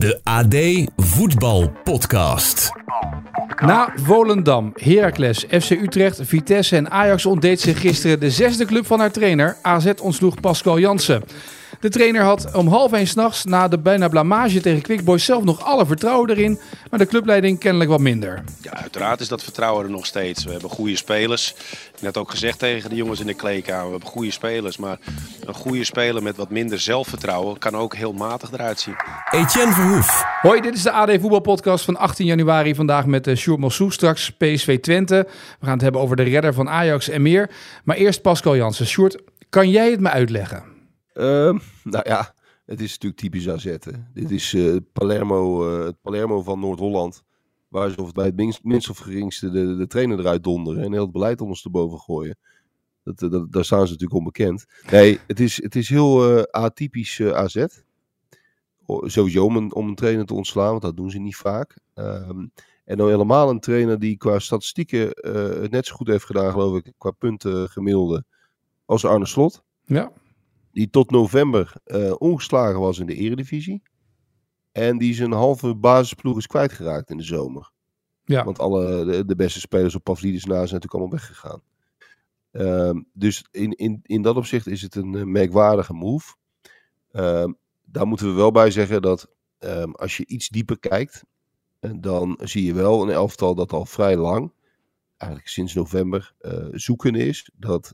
De AD Voetbal Podcast. Na Volendam, Heracles, FC Utrecht, Vitesse en Ajax ontdeed zich gisteren de zesde club van haar trainer. AZ ontsloeg Pascal Jansen. De trainer had om 12:30 'nachts na de bijna blamage tegen Quick Boys zelf nog alle vertrouwen erin. Maar de clubleiding kennelijk wat minder. Ja, uiteraard is dat vertrouwen er nog steeds. We hebben goede spelers. Net ook gezegd tegen de jongens in de kleedkamer. We hebben goede spelers. Maar een goede speler met wat minder zelfvertrouwen kan ook heel matig eruit zien. Etienne Verhoef. Hoi, dit is de AD Voetbalpodcast van 18 januari. Vandaag met Sjoerd Mossou, straks PSV Twente. We gaan het hebben over de redder van Ajax en meer. Maar eerst Pascal Jansen. Sjoerd, kan jij het me uitleggen? Nou ja, het is natuurlijk typisch AZ. Hè. Dit is het Palermo van Noord-Holland. Waar ze bij het minst of geringste de trainer eruit donderen. En heel het beleid ondersteboven gooien. Daar staan ze natuurlijk onbekend. Nee, het is heel atypisch AZ. Sowieso om een trainer te ontslaan, want dat doen ze niet vaak. En dan helemaal een trainer die qua statistieken het net zo goed heeft gedaan, geloof ik, qua punten gemiddelde, als Arne Slot. Ja. Die tot november ongeslagen was in de Eredivisie. En die zijn halve basisploeg is kwijtgeraakt in de zomer. Ja. Want de beste spelers op Pavlidis na zijn natuurlijk allemaal weggegaan. Dus in dat opzicht is het een merkwaardige move. Daar moeten we wel bij zeggen dat als je iets dieper kijkt, dan zie je wel een elftal dat al vrij lang, eigenlijk sinds november, zoeken is. Dat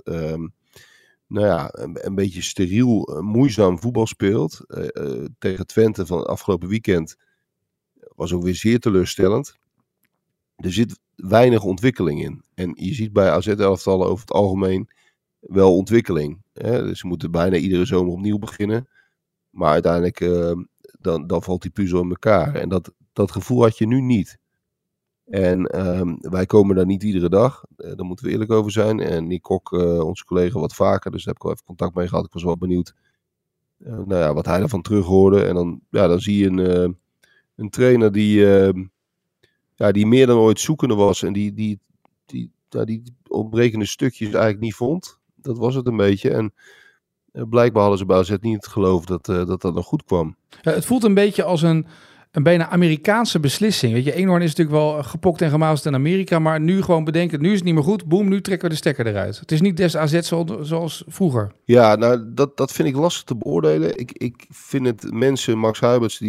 een beetje steriel, moeizaam voetbal speelt. Tegen Twente van het afgelopen weekend was ook weer zeer teleurstellend. Er zit weinig ontwikkeling in. En je ziet bij AZ-elftallen over het algemeen wel ontwikkeling. Dus ze moeten bijna iedere zomer opnieuw beginnen. Maar uiteindelijk dan valt die puzzel in elkaar. En dat gevoel had je nu niet. En wij komen daar niet iedere dag. Daar moeten we eerlijk over zijn. En Nick Kok, onze collega, wat vaker. Dus daar heb ik wel even contact mee gehad. Ik was wel benieuwd wat hij ervan terug hoorde. En dan zie je een trainer die meer dan ooit zoekende was. En die ontbrekende stukjes eigenlijk niet vond. Dat was het een beetje. En blijkbaar hadden ze bij AZ niet het geloof dat nog goed kwam. Ja, het voelt een beetje als een bijna Amerikaanse beslissing. Weet je, Eenhoorn is natuurlijk wel gepokt en gemazeld in Amerika, maar nu gewoon bedenken, nu is het niet meer goed, boem, nu trekken we de stekker eruit. Het is niet des AZ zoals vroeger. Ja, nou, dat vind ik lastig te beoordelen. Ik vind het mensen, Max Huiberts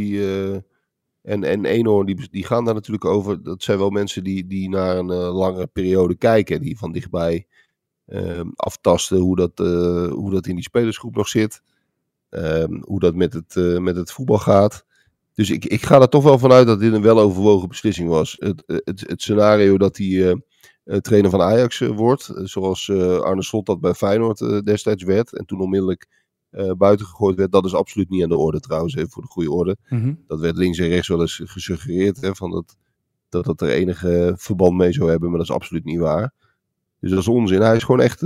en Eenhoorn, die gaan daar natuurlijk over. Dat zijn wel mensen die naar een langere periode kijken, die van dichtbij aftasten hoe dat in die spelersgroep nog zit. Hoe dat met het voetbal gaat. Dus ik ga er toch wel vanuit dat dit een weloverwogen beslissing was. Het scenario dat hij trainer van Ajax wordt, zoals Arne Slot dat bij Feyenoord destijds werd, en toen onmiddellijk buiten gegooid werd, dat is absoluut niet aan de orde trouwens, even voor de goede orde. Mm-hmm. Dat werd links en rechts wel eens gesuggereerd, van dat er enige verband mee zou hebben, maar dat is absoluut niet waar. Dus dat is onzin. Hij is gewoon echt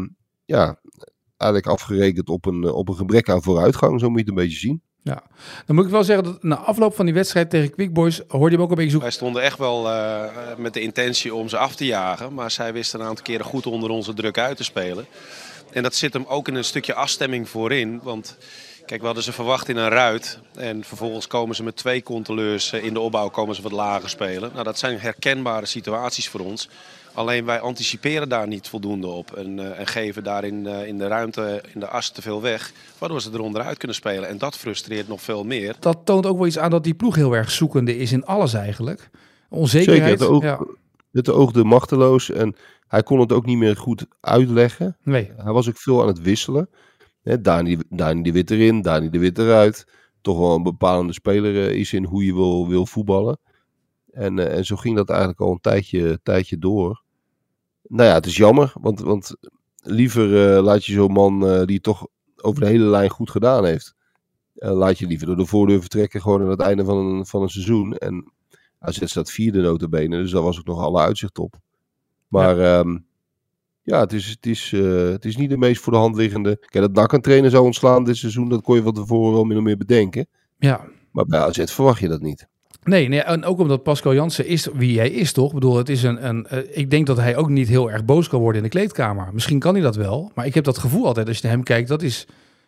eigenlijk afgerekend op een gebrek aan vooruitgang, zo moet je het een beetje zien. Ja, dan moet ik wel zeggen dat na afloop van die wedstrijd tegen Quick Boys hoorde je hem ook een beetje zoeken. Wij stonden echt wel met de intentie om ze af te jagen. Maar zij wisten een aantal keren goed onder onze druk uit te spelen. En dat zit hem ook in een stukje afstemming voorin. Want kijk, we hadden ze verwacht in een ruit. En vervolgens komen ze met 2 controleurs in de opbouw komen ze wat lager spelen. Nou, dat zijn herkenbare situaties voor ons. Alleen wij anticiperen daar niet voldoende op en geven daar in de ruimte, in de as te veel weg. Waardoor ze eronder uit kunnen spelen. En dat frustreert nog veel meer. Dat toont ook wel iets aan dat die ploeg heel erg zoekende is in alles eigenlijk. Onzekerheid. Zeker, het oogde machteloos en hij kon het ook niet meer goed uitleggen. Nee. Hij was ook veel aan het wisselen. Dani de Wit erin, Dani de Wit eruit. Toch wel een bepalende speler is in hoe je wil voetballen. En zo ging dat eigenlijk al een tijdje door. Nou ja, het is jammer, want liever laat je zo'n man die het toch over de hele lijn goed gedaan heeft. Laat je liever door de voordeur vertrekken gewoon aan het einde van een seizoen. En AZ staat 4e nota bene, dus daar was ook nog alle uitzicht op. Maar het is niet de meest voor de hand liggende. Kijk, dat NAC een trainer zou ontslaan dit seizoen, dat kon je van tevoren wel min of meer bedenken. Ja. Maar bij AZ verwacht je dat niet. Nee, en ook omdat Pascal Jansen is wie hij is, toch? Ik bedoel, het is ik denk dat hij ook niet heel erg boos kan worden in de kleedkamer. Misschien kan hij dat wel, maar ik heb dat gevoel altijd als je naar hem kijkt, dat is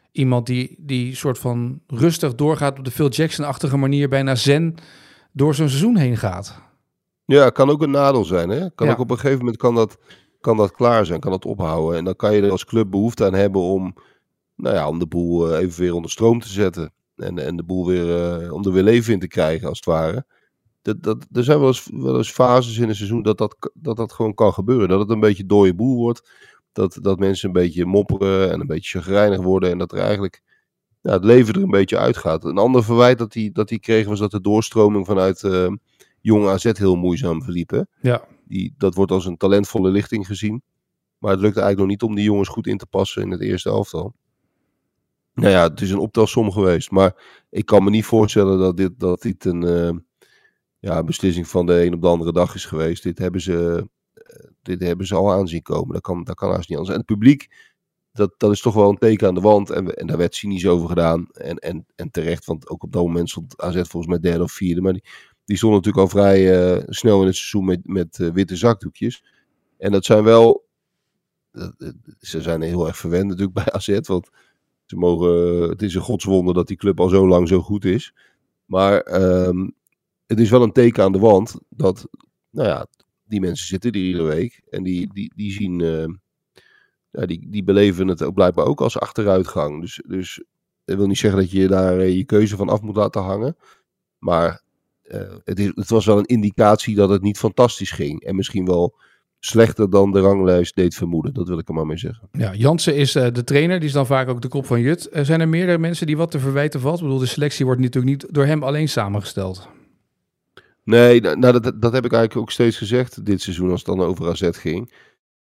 iemand die soort van rustig doorgaat op de Phil Jackson-achtige manier, bijna zen, door zo'n seizoen heen gaat. Ja, kan ook een nadeel zijn. Hè? Kan Ja. ook op een gegeven moment kan dat klaar zijn, kan dat ophouden. En dan kan je er als club behoefte aan hebben om de boel even weer onder stroom te zetten. En de boel weer, om er weer leven in te krijgen, als het ware. Er zijn wel eens fases in een seizoen dat gewoon kan gebeuren. Dat het een beetje dode boel wordt. Dat mensen een beetje mopperen en een beetje chagrijnig worden. En dat er eigenlijk het leven er een beetje uitgaat. Een ander verwijt dat hij kreeg was dat de doorstroming vanuit Jong AZ heel moeizaam verliep. Hè? Ja. Dat wordt als een talentvolle lichting gezien. Maar het lukte eigenlijk nog niet om die jongens goed in te passen in het eerste elftal. Nou ja, het is een optelsom geweest. Maar ik kan me niet voorstellen dat dit een beslissing van de een op de andere dag is geweest. Dit hebben ze al aanzien komen. Dat kan haast niet anders. En het publiek, dat is toch wel een teken aan de wand. En daar werd cynisch over gedaan. En terecht, want ook op dat moment stond AZ volgens mij derde of vierde. Maar die stond natuurlijk al vrij snel in het seizoen met witte zakdoekjes. En dat zijn wel... Ze zijn heel erg verwend natuurlijk bij AZ. Want het is een godswonder dat die club al zo lang zo goed is. Maar het is wel een teken aan de wand dat die mensen zitten hier iedere week. En die zien... die beleven het ook blijkbaar ook als achteruitgang. Dus dat wil niet zeggen dat je daar je keuze van af moet laten hangen. Maar het was wel een indicatie dat het niet fantastisch ging. En misschien wel slechter dan de ranglijst deed vermoeden. Dat wil ik er maar mee zeggen. Ja, Jansen is de trainer. Die is dan vaak ook de kop van Jut. Zijn er meerdere mensen die wat te verwijten valt? Ik bedoel, de selectie wordt natuurlijk niet door hem alleen samengesteld. Nee, dat heb ik eigenlijk ook steeds gezegd dit seizoen als het dan over AZ ging.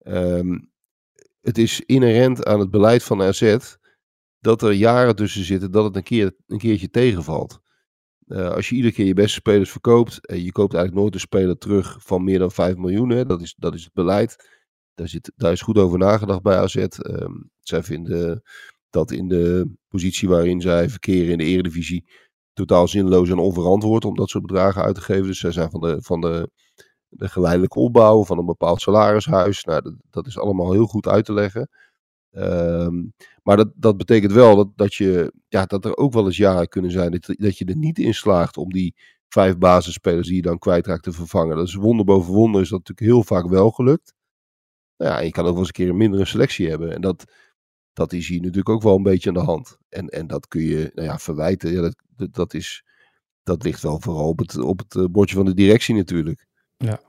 Het is inherent aan het beleid van AZ dat er jaren tussen zitten dat het een keertje tegenvalt. Als je iedere keer je beste spelers verkoopt, je koopt eigenlijk nooit een speler terug van meer dan 5 miljoen. Hè, dat is het beleid. Daar is goed over nagedacht bij AZ. Zij vinden dat in de positie waarin zij verkeren in de Eredivisie totaal zinloos en onverantwoord om dat soort bedragen uit te geven. Dus zij zijn van de geleidelijke opbouw van een bepaald salarishuis. Nou, dat is allemaal heel goed uit te leggen. Maar dat betekent wel dat er ook wel eens jaren kunnen zijn dat je er niet in slaagt om die 5 basisspelers die je dan kwijtraakt te vervangen. Dat is wonder boven wonder, is dat natuurlijk heel vaak wel gelukt. Nou ja, en je kan ook wel eens een keer een mindere selectie hebben. En dat is hier natuurlijk ook wel een beetje aan de hand. En dat kun je verwijten. Ja, dat ligt wel vooral op het bordje van de directie natuurlijk. Ja.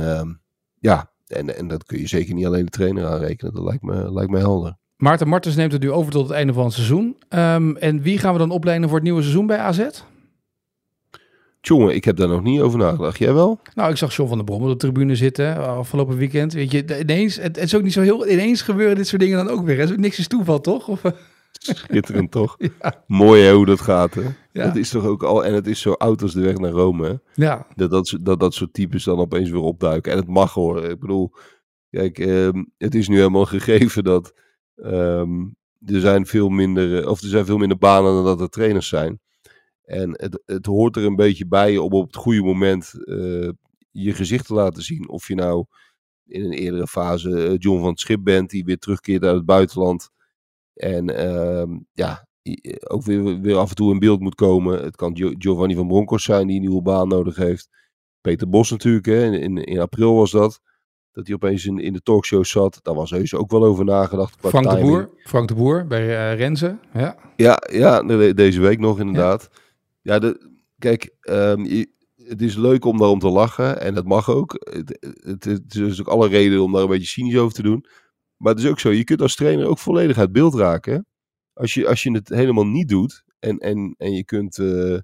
En dat kun je zeker niet alleen de trainer aanrekenen. Dat lijkt me helder. Maarten Martens neemt het nu over tot het einde van het seizoen. En wie gaan we dan opleiden voor het nieuwe seizoen bij AZ? Tjonge, ik heb daar nog niet over nagedacht. Jij wel? Nou, ik zag John van der Brom op de tribune zitten afgelopen weekend. Weet je, ineens, het is ook niet zo heel... Ineens gebeuren dit soort dingen dan ook weer. Hè? Niks is toeval, toch? Of... Schitterend, toch? Ja. Mooi hè, hoe dat gaat, hè? Ja. Het is toch ook al... En het is zo oud als de weg naar Rome, hè? Ja. Dat soort types dan opeens weer opduiken. En het mag, hoor. Ik bedoel... Kijk, het is nu helemaal gegeven dat... er zijn veel minder banen dan dat er trainers zijn. En het hoort er een beetje bij om op het goede moment je gezicht te laten zien. Of je nou in een eerdere fase John van het Schip bent, die weer terugkeert uit het buitenland. En ook weer af en toe in beeld moet komen. Het kan Giovanni van Bronckhorst zijn die een nieuwe baan nodig heeft. Peter Bos natuurlijk, hè. In april was dat. Dat hij opeens in de talkshow zat. Daar was heus ook wel over nagedacht. Frank de Boer bij Renze. Ja, deze week nog inderdaad. Ja, kijk, het is leuk om daarom te lachen. En dat mag ook. Het is ook alle reden om daar een beetje cynisch over te doen. Maar het is ook zo, je kunt als trainer ook volledig uit beeld raken. Hè? Als je het helemaal niet doet. En je kunt...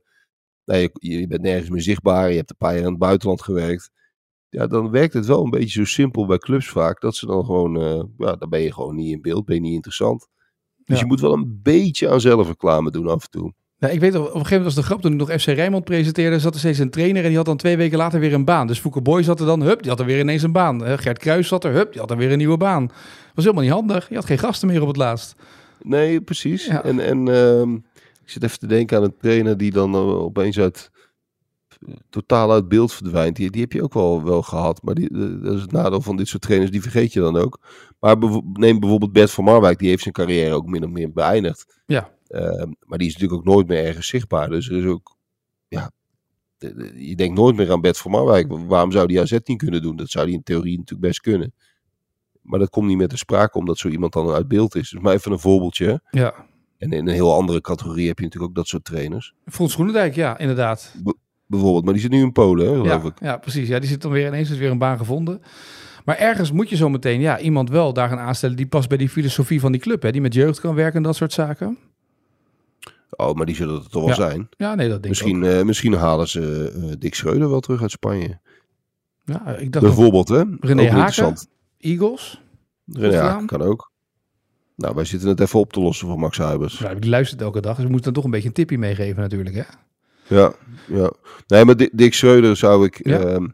je bent nergens meer zichtbaar. Je hebt een paar jaar in het buitenland gewerkt. Ja, dan werkt het wel een beetje zo simpel bij clubs vaak. Dat ze dan gewoon... dan ben je gewoon niet in beeld. Ben je niet interessant. Dus je moet wel een beetje aan zelfreclame doen af en toe. Nou, ik weet op een gegeven moment was de grap toen ik nog FC Rijnmond presenteerde, zat er steeds een trainer en die had dan 2 weken later weer een baan. Dus Fouke Boy zat er dan, die had er weer ineens een baan. Gert Kruijs zat er, die had er weer een nieuwe baan. Was helemaal niet handig. Je had geen gasten meer op het laatst. Nee, precies. Ja. En ik zit even te denken aan een trainer die dan opeens uit totaal uit beeld verdwijnt. Die heb je ook wel gehad. Maar dat is het nadeel van dit soort trainers. Die vergeet je dan ook. Maar neem bijvoorbeeld Bert van Marwijk. Die heeft zijn carrière ook min of meer beëindigd. Ja. Maar die is natuurlijk ook nooit meer ergens zichtbaar. Dus er is ook... Ja, je denkt nooit meer aan Bert van Marwijk. Waarom zou die AZ niet kunnen doen? Dat zou die in theorie natuurlijk best kunnen. Maar dat komt niet meer te sprake omdat zo iemand dan uit beeld is. Dus maar even een voorbeeldje. Ja. En in een heel andere categorie heb je natuurlijk ook dat soort trainers. Frans Groenendijk, ja, inderdaad. Bijvoorbeeld, maar die zit nu in Polen, hè, geloof ik. Ja, precies. Ja, die zit dan weer ineens weer een baan gevonden. Maar ergens moet je zo meteen iemand wel daar gaan aanstellen die past bij die filosofie van die club. Hè? Die met jeugd kan werken en dat soort zaken. Oh, maar die zullen het toch wel zijn. Ja, nee, dat denk ik ook. Misschien halen ze Dick Schreuder wel terug uit Spanje. Ja, ik dacht bijvoorbeeld, hè? René Haken, Eagles. René Haken kan ook. Nou, wij zitten het even op te lossen voor Max Huibers. Ja, die luistert elke dag, dus we moeten dan toch een beetje een tipje meegeven natuurlijk, hè? Ja. Nee, maar Dick Schreuder zou ik...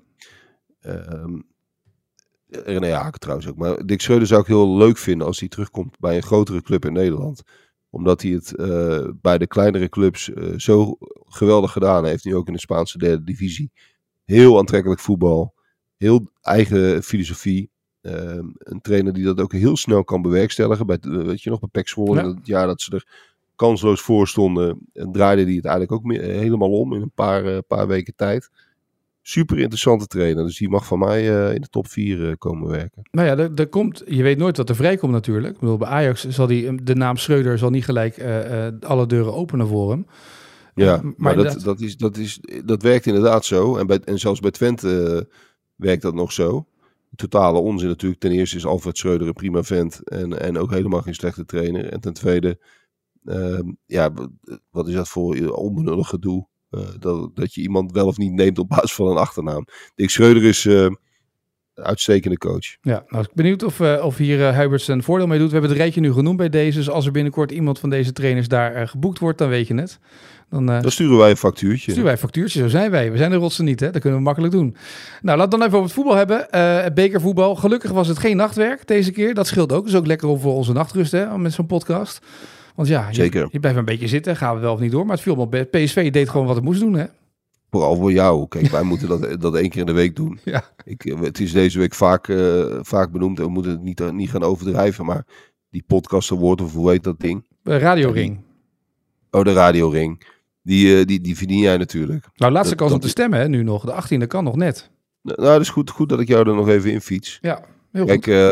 René Haken trouwens ook. Maar Dick Schreuder zou ik heel leuk vinden als hij terugkomt bij een grotere club in Nederland. Omdat hij het bij de kleinere clubs zo geweldig gedaan heeft. Nu ook in de Spaanse derde divisie. Heel aantrekkelijk voetbal. Heel eigen filosofie. Een trainer die dat ook heel snel kan bewerkstelligen. Bij PEC Zwolle, in het jaar dat ze er kansloos voor stonden, draaide hij het eigenlijk ook helemaal om in een paar weken tijd. Super interessante trainer, dus die mag van mij in de top 4 komen werken. Nou ja, er komt, je weet nooit wat er vrijkomt natuurlijk. Ik bedoel, bij Ajax zal de naam Schreuder zal niet gelijk alle deuren openen voor hem. Ja, maar dat werkt inderdaad zo. En zelfs bij Twente werkt dat nog zo. Totale onzin natuurlijk. Ten eerste is Alfred Schreuder een prima vent en ook helemaal geen slechte trainer. En ten tweede, wat is dat voor onbenullig gedoe? Dat je iemand wel of niet neemt op basis van een achternaam. Dick Schreuder is een uitstekende coach. Ja, nou, ik ben benieuwd of hier Huiberts een voordeel mee doet. We hebben het rijtje nu genoemd bij deze. Dus als er binnenkort iemand van deze trainers daar geboekt wordt, dan weet je het. Dan sturen wij een factuurtje. Sturen wij een factuurtje, zo zijn wij. We zijn de rotsen niet, hè? Dat kunnen we makkelijk doen. Nou, laten we dan even over het voetbal hebben. Bekervoetbal. Gelukkig was het geen nachtwerk deze keer. Dat scheelt ook. Dat is ook lekker voor onze nachtrust, hè? Met zo'n podcast. Want ja, je blijft een beetje zitten. Gaan we wel of niet door. Maar het viel wel bij. PSV deed gewoon wat het moest doen, hè? Vooral voor jou. Kijk, wij moeten dat 1 keer in de week doen. Ja. Het is deze week vaak benoemd. En we moeten het niet gaan overdrijven. Maar die podcast award, of hoe heet dat ding? Radio Ring. De Radio Ring. Die verdien jij natuurlijk. Nou, laatste kans om te stemmen, hè, nu nog. De 18e kan nog net. Nou, dat is goed dat ik jou er nog even in fiets. Ja, heel goed. Kijk,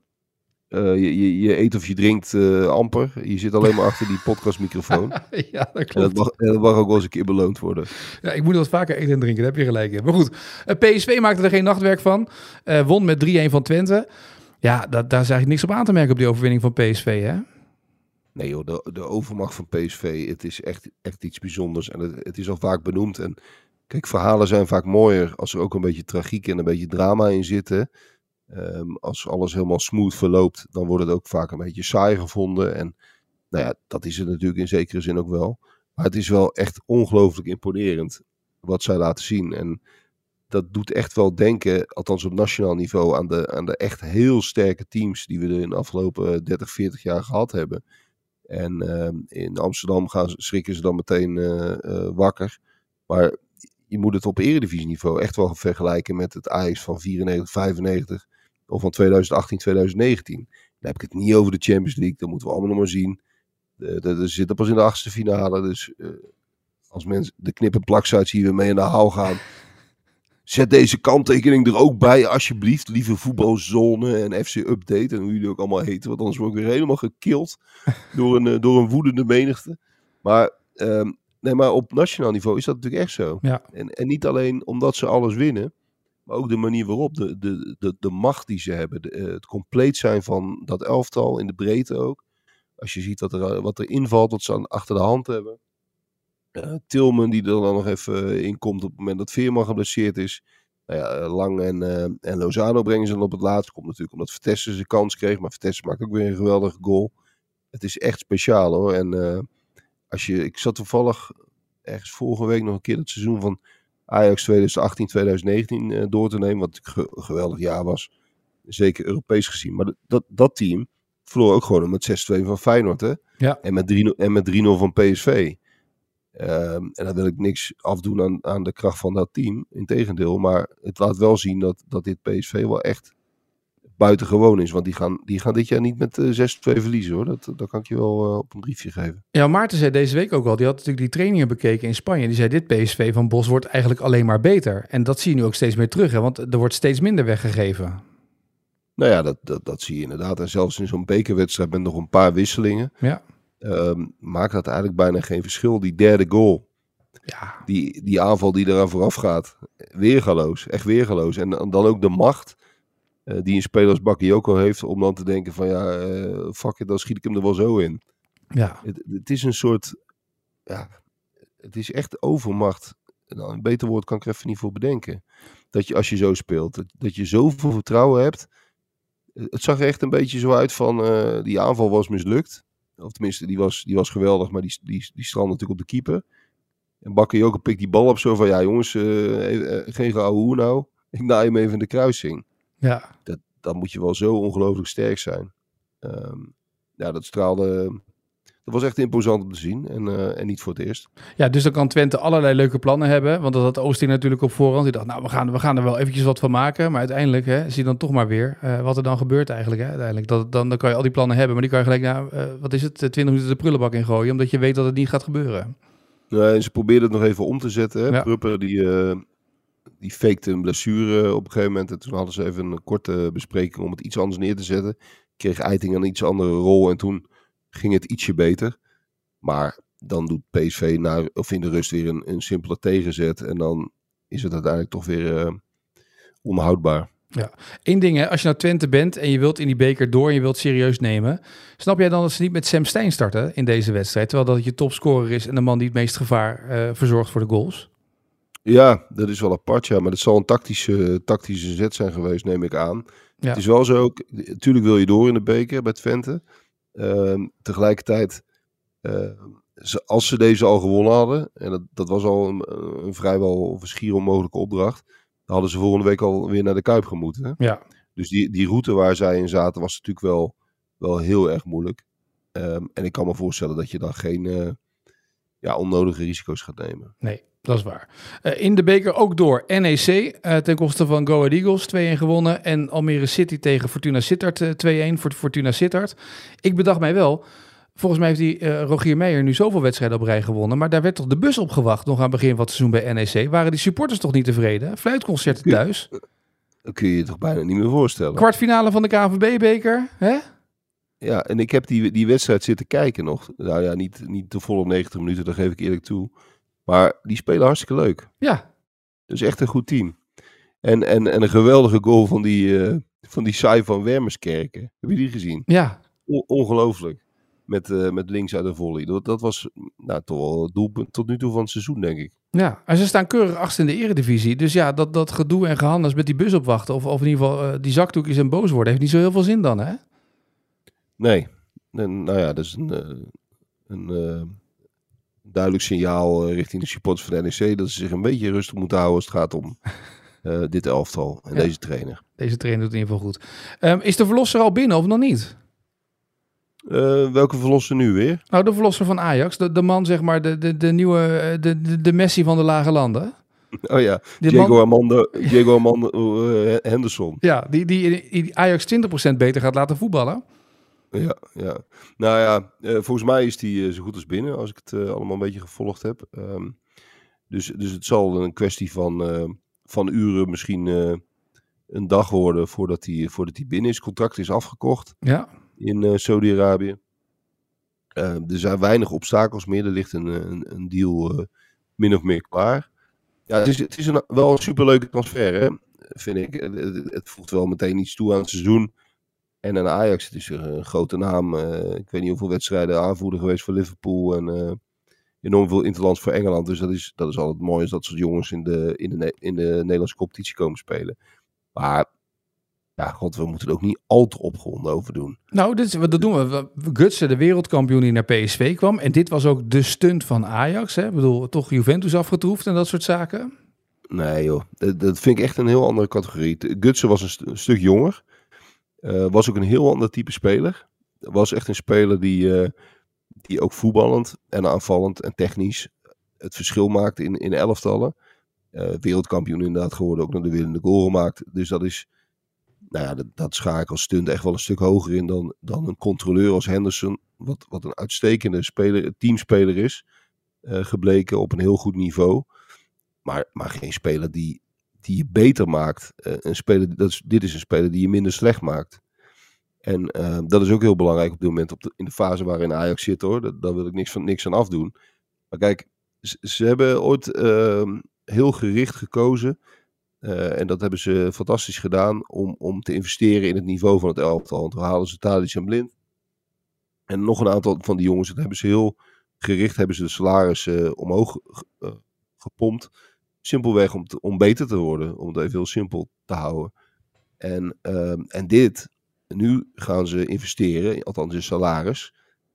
je eet of je drinkt amper. Je zit alleen maar achter die podcastmicrofoon. Ja, dat klopt. En dat mag ook wel eens een keer beloond worden. Ja, ik moet wat vaker eten en drinken, daar heb je gelijk in. Maar goed, PSV maakte er geen nachtwerk van. Won met 3-1 van Twente. Ja, daar is eigenlijk niks op aan te merken op die overwinning van PSV, hè? Nee joh, de overmacht van PSV, het is echt iets bijzonders. En het is al vaak benoemd. En kijk, verhalen zijn vaak mooier als er ook een beetje tragiek en een beetje drama in zitten. Als alles helemaal smooth verloopt, dan wordt het ook vaak een beetje saai gevonden. En nou ja, dat is het natuurlijk in zekere zin ook wel. Maar het is wel echt ongelooflijk imponerend wat zij laten zien. En dat doet echt wel denken, althans op nationaal niveau, aan de echt heel sterke teams die we in de afgelopen 30, 40 jaar gehad hebben. En in Amsterdam schrikken ze dan meteen wakker. Maar je moet het op eredivisieniveau echt wel vergelijken met het Ajax van 94, 95 of van 2018, 2019. Dan heb ik het niet over de Champions League, dat moeten we allemaal nog maar zien. We zitten pas in de 8e finale, dus als mensen de knip- en plaksites hier weer mee in de haal gaan, zet deze kanttekening er ook bij, alsjeblieft. Lieve voetbalzone en FC Update en hoe jullie ook allemaal heten, want anders word ik weer helemaal gekild door een woedende menigte. Maar maar op nationaal niveau is dat natuurlijk echt zo. Ja. En niet alleen omdat ze alles winnen, maar ook de manier waarop, de macht die ze hebben, het compleet zijn van dat elftal, in de breedte ook. Als je ziet wat er invalt, wat ze achter de hand hebben. Tilman die er dan nog even in komt op het moment dat Veerman geblesseerd is. Nou ja, Lang en Lozano brengen ze dan op het laatst. Komt natuurlijk omdat Vitesse zijn kans kreeg, maar Vitesse maakt ook weer een geweldige goal. Het is echt speciaal hoor. En ik zat toevallig ergens vorige week nog een keer het seizoen van Ajax 2018-2019 door te nemen. Wat een geweldig jaar was. Zeker Europees gezien. Maar dat team verloor ook gewoon met 6-2 van Feyenoord. Hè? Ja. En met 3-0 van PSV. En dan wil ik niks afdoen aan de kracht van dat team. Integendeel, maar het laat wel zien dat dit PSV wel echt buitengewoon is. Want die gaan dit jaar niet met 6-2 verliezen hoor. Dat kan ik je wel op een briefje geven. Ja, Maarten zei deze week ook al, die had natuurlijk die trainingen bekeken in Spanje. Die zei, dit PSV van Bos wordt eigenlijk alleen maar beter. En dat zie je nu ook steeds meer terug, hè? Want er wordt steeds minder weggegeven. Nou ja, dat zie je inderdaad. En zelfs in zo'n bekerwedstrijd met nog een paar wisselingen. Ja. Maakt dat eigenlijk bijna geen verschil. Die derde goal, Ja. die aanval die eraan vooraf gaat. Weergaloos, echt weergaloos. En dan ook de macht die een speler als Bakayoko heeft om dan te denken van fuck it, dan schiet ik hem er wel zo in. Ja. Het is een soort, het is echt overmacht. Nou, een beter woord kan ik er even niet voor bedenken. Dat je als je zo speelt, dat je zoveel vertrouwen hebt. Het zag er echt een beetje zo uit van, die aanval was mislukt. Of tenminste, die was geweldig, maar die strandde natuurlijk op de keeper. En Bakayoko pikt die bal op zo van, ja jongens, geen geouwe nou. Ik naai hem even in de kruising. Ja. Dan moet je wel zo ongelooflijk sterk zijn. Dat straalde. Dat was echt imposant om te zien. En niet voor het eerst. Ja, dus dan kan Twente allerlei leuke plannen hebben. Want dat had Oosting natuurlijk op voorhand. Die dacht, nou, we gaan er wel eventjes wat van maken. Maar uiteindelijk zie je dan toch maar weer wat er dan gebeurt eigenlijk. Hè? Uiteindelijk. Dan kan je al die plannen hebben. Maar die kan je gelijk, 20 minuten de prullenbak in gooien. Omdat je weet dat het niet gaat gebeuren. Nee, ze probeerden het nog even om te zetten. Hè? Ja. Prupper die fakte een blessure op een gegeven moment. En toen hadden ze even een korte bespreking om het iets anders neer te zetten. Kreeg Eiting een iets andere rol. En toen ging het ietsje beter. Maar dan doet PSV in de rust weer een simpele tegenzet. En dan is het uiteindelijk toch weer onhoudbaar. Ja, één ding hè, als je nou Twente bent en je wilt in die beker door en je wilt serieus nemen. Snap jij dan dat ze niet met Sam Stein starten in deze wedstrijd? Terwijl dat je topscorer is en de man die het meest gevaar verzorgt voor de goals? Ja, dat is wel apart, ja. Maar dat zal een tactische zet zijn geweest, neem ik aan. Ja. Het is wel zo, natuurlijk wil je door in de beker bij Twente. Tegelijkertijd, als ze deze al gewonnen hadden, en dat was al een vrijwel of een schier onmogelijke opdracht, dan hadden ze volgende week alweer naar de Kuip gemoeten. Hè? Ja. Dus die route waar zij in zaten was natuurlijk wel heel erg moeilijk. En ik kan me voorstellen dat je dan geen onnodige risico's gaat nemen. Nee, dat is waar. In de beker ook door NEC ten koste van Go Ahead Eagles 2-1 gewonnen. En Almere City tegen Fortuna Sittard 2-1 voor Fortuna Sittard. Ik bedacht mij wel, volgens mij heeft die Rogier Meijer nu zoveel wedstrijden op rij gewonnen. Maar daar werd toch de bus op gewacht nog aan het begin van het seizoen bij NEC. Waren die supporters toch niet tevreden? Fluitconcerten thuis. Dat kun je je toch bijna niet meer voorstellen. Kwartfinale van de KNVB-beker, hè? Ja, en ik heb die wedstrijd zitten kijken nog. Nou ja, niet de volle 90 minuten, dat geef ik eerlijk toe. Maar die spelen hartstikke leuk. Ja. Dat is echt een goed team. En een geweldige goal van die Sai van Wermerskerken. Heb je die gezien? Ja. Ongelooflijk. Met links uit de volley. Dat was toch wel het doelpunt tot nu toe van het seizoen, denk ik. Ja, en ze staan keurig achtste in de eredivisie. Dus ja, dat gedoe en gehandels met die bus opwachten. Of in ieder geval die zakdoekjes en boos worden. Heeft niet zo heel veel zin dan, hè? Nee. Nou ja, dat is een duidelijk signaal richting de supporters van de NEC. Dat ze zich een beetje rustig moeten houden als het gaat om dit elftal en deze trainer. Deze trainer doet in ieder geval goed. Is de verlosser al binnen of nog niet? Welke verlosser nu weer? Nou, de verlosser van Ajax. De man, zeg maar, de nieuwe, de Messi van de Lage Landen. Oh ja, Diego Armando Henderson. Ja, die Ajax 20% beter gaat laten voetballen. Ja. Nou ja, volgens mij is die zo goed als binnen, als ik het allemaal een beetje gevolgd heb. Dus het zal een kwestie van uren, misschien een dag worden voordat hij binnen is. Het contract is afgekocht. Ja. In Saudi-Arabië. Er zijn weinig obstakels meer. Er ligt een deal min of meer klaar. Ja, het is wel een superleuke transfer, hè, vind ik. Het voegt wel meteen iets toe aan het seizoen. En aan Ajax, het is een grote naam. Ik weet niet hoeveel wedstrijden aanvoerder geweest voor Liverpool. En enorm veel interlands voor Engeland. Dus dat is altijd mooi als dat soort jongens in de Nederlandse competitie komen spelen. Maar ja, god, we moeten er ook niet al te opgewonden over doen. Nou, dat doen we. Gutsen, de wereldkampioen die naar PSV kwam. En dit was ook de stunt van Ajax. Hè? Ik bedoel, toch Juventus afgetroefd en dat soort zaken. Nee joh, dat vind ik echt een heel andere categorie. Gutsen was een stuk jonger. Was ook een heel ander type speler. Was echt een speler die ook voetballend en aanvallend en technisch het verschil maakt in elftallen. Wereldkampioen inderdaad geworden, ook nog de winnende goal gemaakt. Dus dat is, dat schaar ik als stunt echt wel een stuk hoger in dan een controleur als Henderson. Wat een uitstekende teamspeler is. Gebleken op een heel goed niveau. Maar geen speler die je beter maakt. Dit is een speler die je minder slecht maakt. En dat is ook heel belangrijk op dit moment in de fase waarin Ajax zit, hoor. Daar wil ik niks aan afdoen. Maar kijk, ze hebben ooit heel gericht gekozen. En dat hebben ze fantastisch gedaan om te investeren in het niveau van het elftal. Want we halen ze Tadic en Blind. En nog een aantal van die jongens, dat hebben ze heel gericht, hebben ze de salaris omhoog gepompt. Simpelweg om beter te worden, om het even heel simpel te houden. En nu gaan ze investeren, althans in salaris,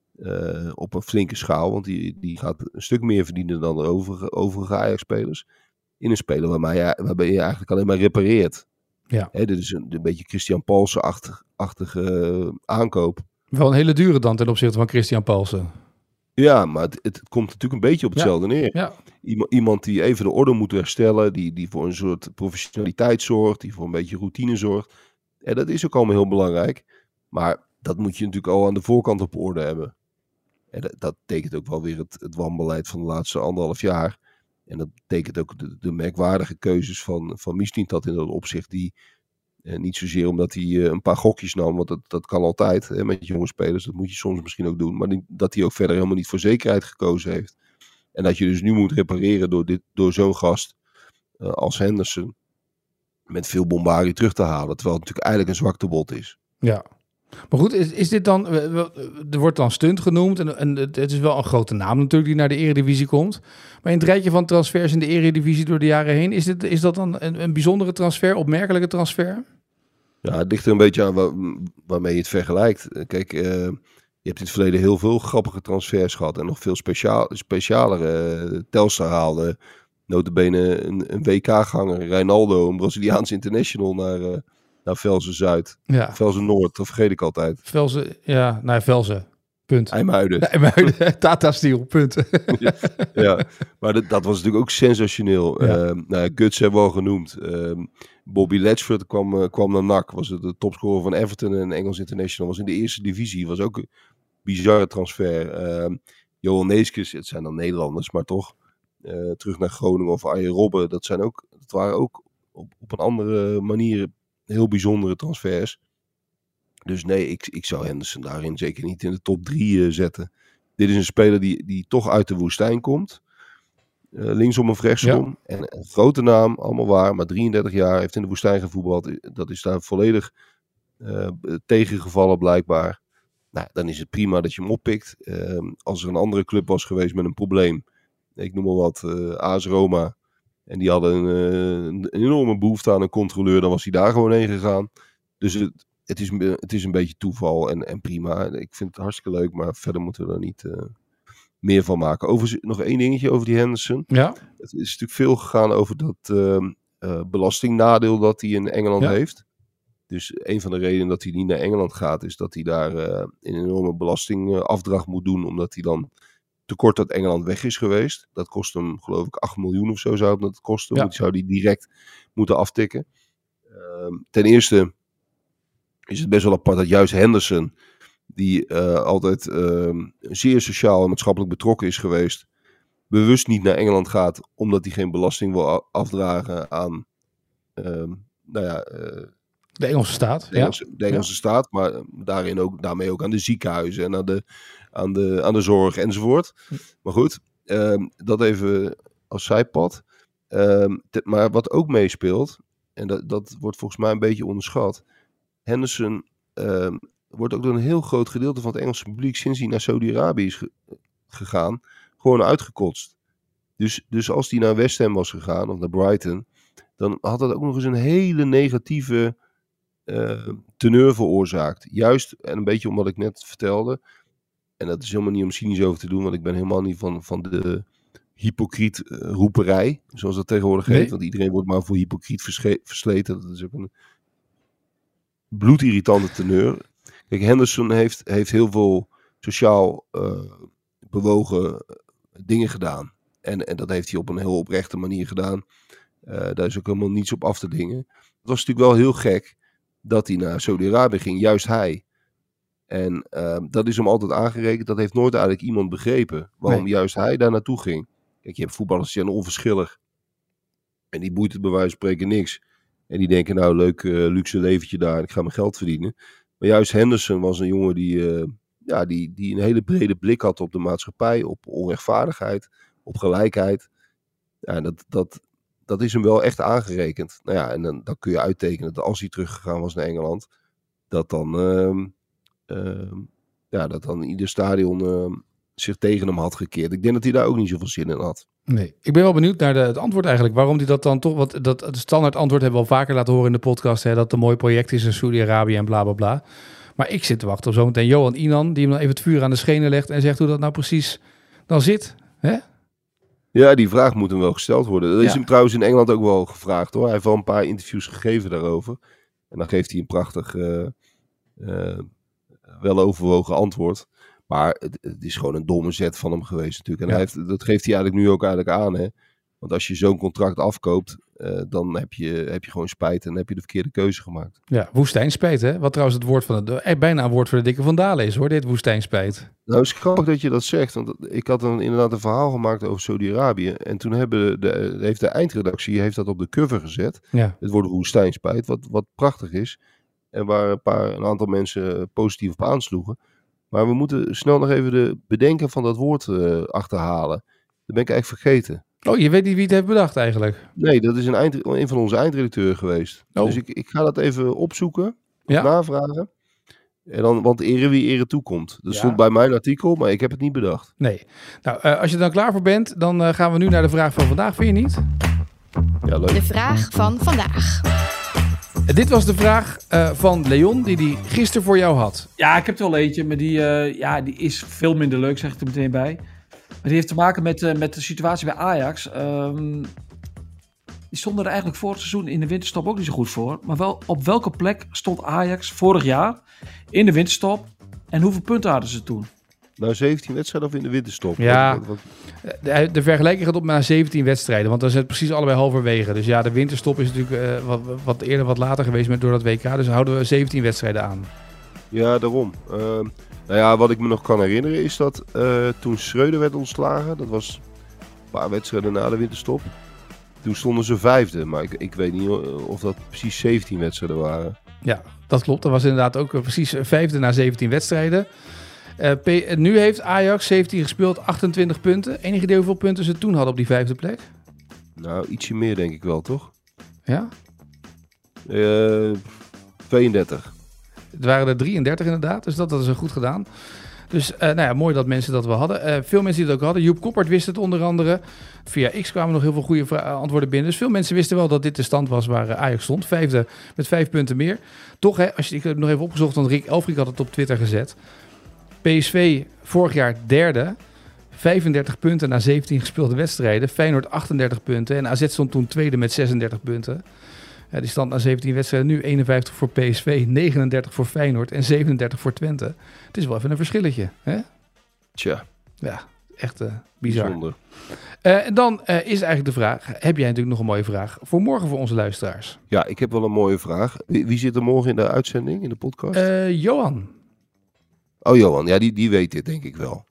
op een flinke schaal. Want die gaat een stuk meer verdienen dan de overige Ajax-spelers. In een speler waarbij je eigenlijk alleen maar repareert. Ja. Dit is een beetje Christian Paulsen-achtige aankoop. Wel een hele dure dan ten opzichte van Christian Paulsen. Ja, maar het komt natuurlijk een beetje op hetzelfde neer. Ja. Iemand die even de orde moet herstellen, die voor een soort professionaliteit zorgt, die voor een beetje routine zorgt. En dat is ook allemaal heel belangrijk. Maar dat moet je natuurlijk al aan de voorkant op orde hebben. En dat betekent ook wel weer het wanbeleid van de laatste 1,5 jaar. En dat betekent ook de merkwaardige keuzes van Mislintat in dat opzicht. Die niet zozeer omdat hij een paar gokjes nam, want dat kan altijd met jonge spelers. Dat moet je soms misschien ook doen. Maar dat hij ook verder helemaal niet voor zekerheid gekozen heeft. En dat je dus nu moet repareren door zo'n gast als Henderson met veel bombarie terug te halen. Terwijl het natuurlijk eigenlijk een zwaktebod is. Ja. Maar goed, is dit dan... Er wordt dan stunt genoemd. En het is wel een grote naam natuurlijk die naar de Eredivisie komt. Maar in het rijtje van transfers in de Eredivisie door de jaren heen... Is dat dan een bijzondere transfer, opmerkelijke transfer? Ja, het ligt er een beetje aan waarmee je het vergelijkt. Kijk, je hebt in het verleden heel veel grappige transfers gehad. En nog veel specialere. Telstar haalde nota bene een WK-ganger. Rijnaldo, een Braziliaans international naar Velzen Zuid. Ja. Velzen Noord, dat vergeet ik altijd. Velzen, Velzen. Punt. IJmuiden. Tata Steel, punt. Ja, maar dat was natuurlijk ook sensationeel. Ja. Guts hebben we al genoemd. Bobby Latchford kwam naar NAC. Was de topscorer van Everton en Engels International. Was in de eerste divisie. Was ook een bizarre transfer. Johan Neeskens, het zijn dan Nederlanders, maar toch. Terug naar Groningen of Arjen Robben. Dat waren ook op een andere manier heel bijzondere transfers. Dus nee, ik zou Henderson daarin zeker niet in de top 3 zetten. Dit is een speler die toch uit de woestijn komt. Linksom of rechtsom. Ja. En een grote naam, allemaal waar. Maar 33 jaar, heeft in de woestijn gevoetbald. Dat is daar volledig tegengevallen blijkbaar. Nou, dan is het prima dat je hem oppikt. Als er een andere club was geweest met een probleem. Ik noem maar wat, AS Roma. En die hadden een enorme behoefte aan een controleur. Dan was hij daar gewoon heen gegaan. Dus het is een beetje toeval en prima. Ik vind het hartstikke leuk, maar verder moeten we er niet meer van maken. Nog één dingetje over die Henderson. Ja. Het is natuurlijk veel gegaan over dat belastingnadeel dat hij in Engeland heeft. Dus een van de redenen dat hij niet naar Engeland gaat, is dat hij daar een enorme belastingafdracht moet doen, omdat hij dan te kort uit Engeland weg is geweest. Dat kost hem, geloof ik, 8 miljoen of zo zou het kosten. Ja. Zou hij direct moeten aftikken. Ten eerste is het best wel apart dat juist Henderson, die altijd zeer sociaal en maatschappelijk betrokken is geweest, bewust niet naar Engeland gaat, omdat hij geen belasting wil afdragen aan de Engelse staat. De Engelse staat, maar daarmee ook aan de ziekenhuizen en aan de zorg enzovoort. Maar goed, dat even als zijpad. Maar wat ook meespeelt, en dat wordt volgens mij een beetje onderschat. Henderson wordt ook door een heel groot gedeelte van het Engelse publiek, sinds hij naar Saudi-Arabië is gegaan, gewoon uitgekotst. Dus als hij naar West Ham was gegaan, of naar Brighton, dan had dat ook nog eens een hele negatieve teneur veroorzaakt. Juist, en een beetje omdat ik net vertelde, en dat is helemaal niet om cynisch over te doen, want ik ben helemaal niet van de hypocriet roeperij, zoals dat tegenwoordig heet, want iedereen wordt maar voor hypocriet versleten. Dat is ook een bloedirritante teneur. Kijk, Henderson heeft heel veel sociaal bewogen dingen gedaan. En dat heeft hij op een heel oprechte manier gedaan. Daar is ook helemaal niets op af te dingen. Het was natuurlijk wel heel gek dat hij naar Saudi-Arabië ging, juist hij. En dat is hem altijd aangerekend. Dat heeft nooit eigenlijk iemand begrepen waarom juist hij daar naartoe ging. Kijk, je hebt voetballers die zijn onverschillig. En die boeit het bij wijze van spreken niks. En die denken, nou leuk, luxe leventje daar. Ik ga mijn geld verdienen. Maar juist Henderson was een jongen die een hele brede blik had op de maatschappij. Op onrechtvaardigheid. Op gelijkheid. Ja, en dat is hem wel echt aangerekend. Nou ja, en dan kun je uittekenen dat als hij teruggegaan was naar Engeland. Dat dan ieder stadion zich tegen hem had gekeerd. Ik denk dat hij daar ook niet zoveel zin in had. Nee, ik ben wel benieuwd naar het antwoord eigenlijk. Waarom hij dat dan toch... Want het standaard antwoord hebben we al vaker laten horen in de podcast. Hè, dat het een mooi project is in Saudi-Arabië en bla bla bla. Maar ik zit te wachten op zometeen Johan Inan, die hem dan even het vuur aan de schenen legt en zegt hoe dat nou precies dan zit. Hè? Ja, die vraag moet hem wel gesteld worden. Dat is hem trouwens in Engeland ook wel gevraagd hoor. Hij heeft wel een paar interviews gegeven daarover. En dan geeft hij een prachtig, wel overwogen antwoord. Maar het is gewoon een domme zet van hem geweest natuurlijk. En dat geeft hij eigenlijk nu ook aan. Hè? Want als je zo'n contract afkoopt, dan heb je gewoon spijt en dan heb je de verkeerde keuze gemaakt. Ja, woestijnspijt hè? Wat trouwens het woord van bijna een woord voor de dikke Van Dalen is hoor, dit woestijnspijt. Nou, het is grappig dat je dat zegt. Want ik had inderdaad een verhaal gemaakt over Saudi-Arabië. En toen heeft de eindredactie dat op de cover gezet. Ja. Het woord woestijnspijt, wat prachtig is. En waar een aantal mensen positief op aansloegen. Maar we moeten snel nog even de bedenken van dat woord achterhalen. Dat ben ik eigenlijk vergeten. Oh, je weet niet wie het heeft bedacht eigenlijk? Nee, dat is een van onze eindredacteuren geweest. Oh. Dus ik ga dat even opzoeken, navragen. En dan, want ere wie ere toekomt. Dat stond bij mijn artikel, maar ik heb het niet bedacht. Nee. Nou, als je er dan klaar voor bent, dan gaan we nu naar de vraag van vandaag. Vind je niet? Ja, leuk. De vraag van vandaag. Dit was de vraag van Leon, die gisteren voor jou had. Ja, ik heb er wel eentje, maar die is veel minder leuk, zeg ik er meteen bij. Maar die heeft te maken met de situatie bij Ajax. Die stonden er eigenlijk vorig seizoen in de winterstop ook niet zo goed voor. Maar wel, op welke plek stond Ajax vorig jaar in de winterstop? En hoeveel punten hadden ze toen? Nou, 17 wedstrijden of in de winterstop? Ja, de vergelijking gaat op naar 17 wedstrijden. Want dan zijn het precies allebei halverwege. Dus ja, de winterstop is natuurlijk wat eerder, wat later geweest door dat WK. Dus houden we 17 wedstrijden aan. Ja, daarom. Nou ja, wat ik me nog kan herinneren is dat toen Schreuder werd ontslagen, dat was een paar wedstrijden na de winterstop. Toen stonden ze vijfde, maar ik weet niet of dat precies 17 wedstrijden waren. Ja, dat klopt. Dat was inderdaad ook precies vijfde na 17 wedstrijden. Nu heeft Ajax 17 gespeeld, 28 punten. Enig idee hoeveel punten ze toen hadden op die vijfde plek? Nou, ietsje meer denk ik wel, toch? Ja? 32. Het waren er 33 inderdaad, dus dat is goed gedaan. Dus mooi dat mensen dat wel hadden. Veel mensen die het ook hadden. Joep Koppert wist het onder andere. Via X kwamen nog heel veel goede antwoorden binnen. Dus veel mensen wisten wel dat dit de stand was waar Ajax stond. Vijfde met 5 punten meer. Toch, hè, ik heb het nog even opgezocht, want Rick Elfrink had het op Twitter gezet. PSV vorig jaar derde. 35 punten na 17 gespeelde wedstrijden. Feyenoord 38 punten. En AZ stond toen tweede met 36 punten. Die stand na 17 wedstrijden nu 51 voor PSV, 39 voor Feyenoord en 37 voor Twente. Het is wel even een verschilletje. Hè? Tja. Ja, echt bizar. Bijzonder. En dan is eigenlijk de vraag, heb jij natuurlijk nog een mooie vraag voor morgen voor onze luisteraars? Ja, ik heb wel een mooie vraag. Wie zit er morgen in de uitzending, in de podcast? Johan. Oh, Johan. Ja, die weet dit denk ik wel.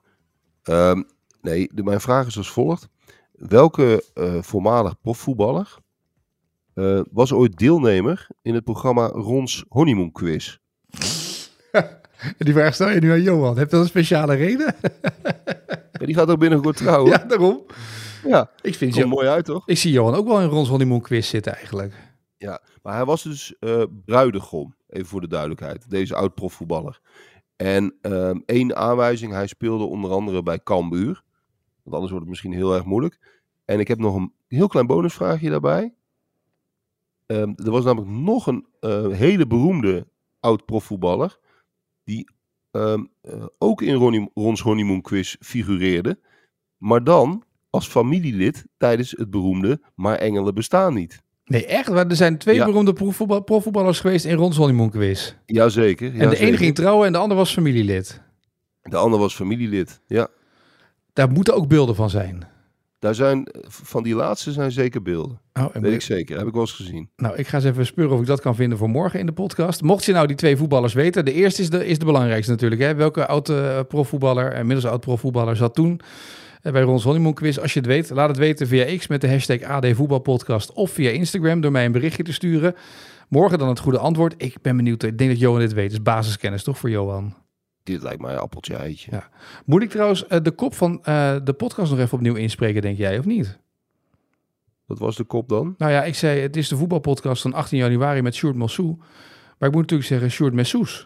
Mijn vraag is als volgt. Welke voormalig profvoetballer was ooit deelnemer in het programma Rons Honeymoon Quiz? Die vraag stel je nu aan Johan. Heb je dat een speciale reden? Ja, die gaat ook binnenkort trouwen. Ja, daarom. Ja, ik vind het mooi uit, toch? Ik zie Johan ook wel in Rons Honeymoon Quiz zitten eigenlijk. Ja, maar hij was dus bruidegom, even voor de duidelijkheid. Deze oud-profvoetballer. En 1 aanwijzing, hij speelde onder andere bij Cambuur. Want anders wordt het misschien heel erg moeilijk. En ik heb nog een heel klein bonusvraagje daarbij. Er was namelijk nog een hele beroemde oud-profvoetballer. Die ook in Rons Honeymoon Quiz figureerde. Maar dan als familielid tijdens het beroemde Maar Engelen bestaan niet. Nee, echt? Er zijn 2 beroemde profvoetballers geweest in Rons Honeymoon Quiz. Jazeker. En de ene ging trouwen en de ander was familielid. De ander was familielid, ja. Daar moeten ook beelden van zijn. Daar zijn, van die laatste zijn zeker beelden. Weet ik zeker, heb ik wel eens gezien. Nou, ik ga eens even speuren of ik dat kan vinden voor morgen in de podcast. Mocht je nou die 2 voetballers weten, de eerste is de belangrijkste natuurlijk. Hè? Welke oud-profvoetballer, inmiddels oud-profvoetballer zat toen bij Ron's Honeymoon Quiz? Als je het weet, laat het weten via X met de hashtag AD Voetbalpodcast of via Instagram door mij een berichtje te sturen. Morgen dan het goede antwoord. Ik ben benieuwd, ik denk dat Johan dit weet. Het is basiskennis toch voor Johan? Dit lijkt mij een appeltje eitje. Ja. Moet ik trouwens de kop van de podcast nog even opnieuw inspreken, denk jij, of niet? Wat was de kop dan? Nou ja, ik zei, het is de voetbalpodcast van 18 januari met Sjoerd Mossou. Maar ik moet natuurlijk zeggen Sjoerd Messous.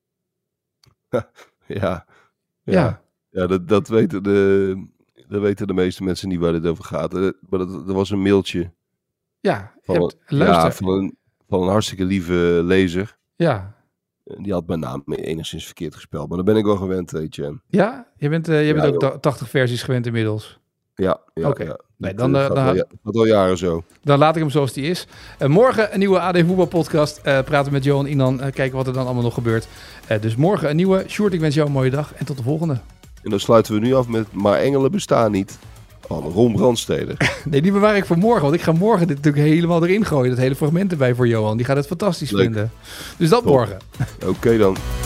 Ja, dat weten de meeste mensen niet waar dit over gaat. Maar dat was een mailtje. Ja, van een hartstikke lieve lezer. Ja. Die had mijn naam enigszins verkeerd gespeld. Maar dan ben ik wel gewend, weet je. Ja? Je bent ook 80 versies gewend inmiddels? Ja. Oké. Ja. Nee, dat al jaren zo. Dan laat ik hem zoals die is. Morgen een nieuwe AD Voetbalpodcast. Praten met Johan Inan. Kijken wat er dan allemaal nog gebeurt. Dus morgen een nieuwe. Sjoerd, ik wens jou een mooie dag. En tot de volgende. En dan sluiten we nu af met Maar Engelen bestaan niet. Van Ron Brandsteder. Nee, die bewaar ik voor morgen. Want ik ga morgen dit natuurlijk helemaal erin gooien. Dat hele fragment erbij voor Johan. Die gaat het fantastisch vinden. Dus dat morgen. Oké dan.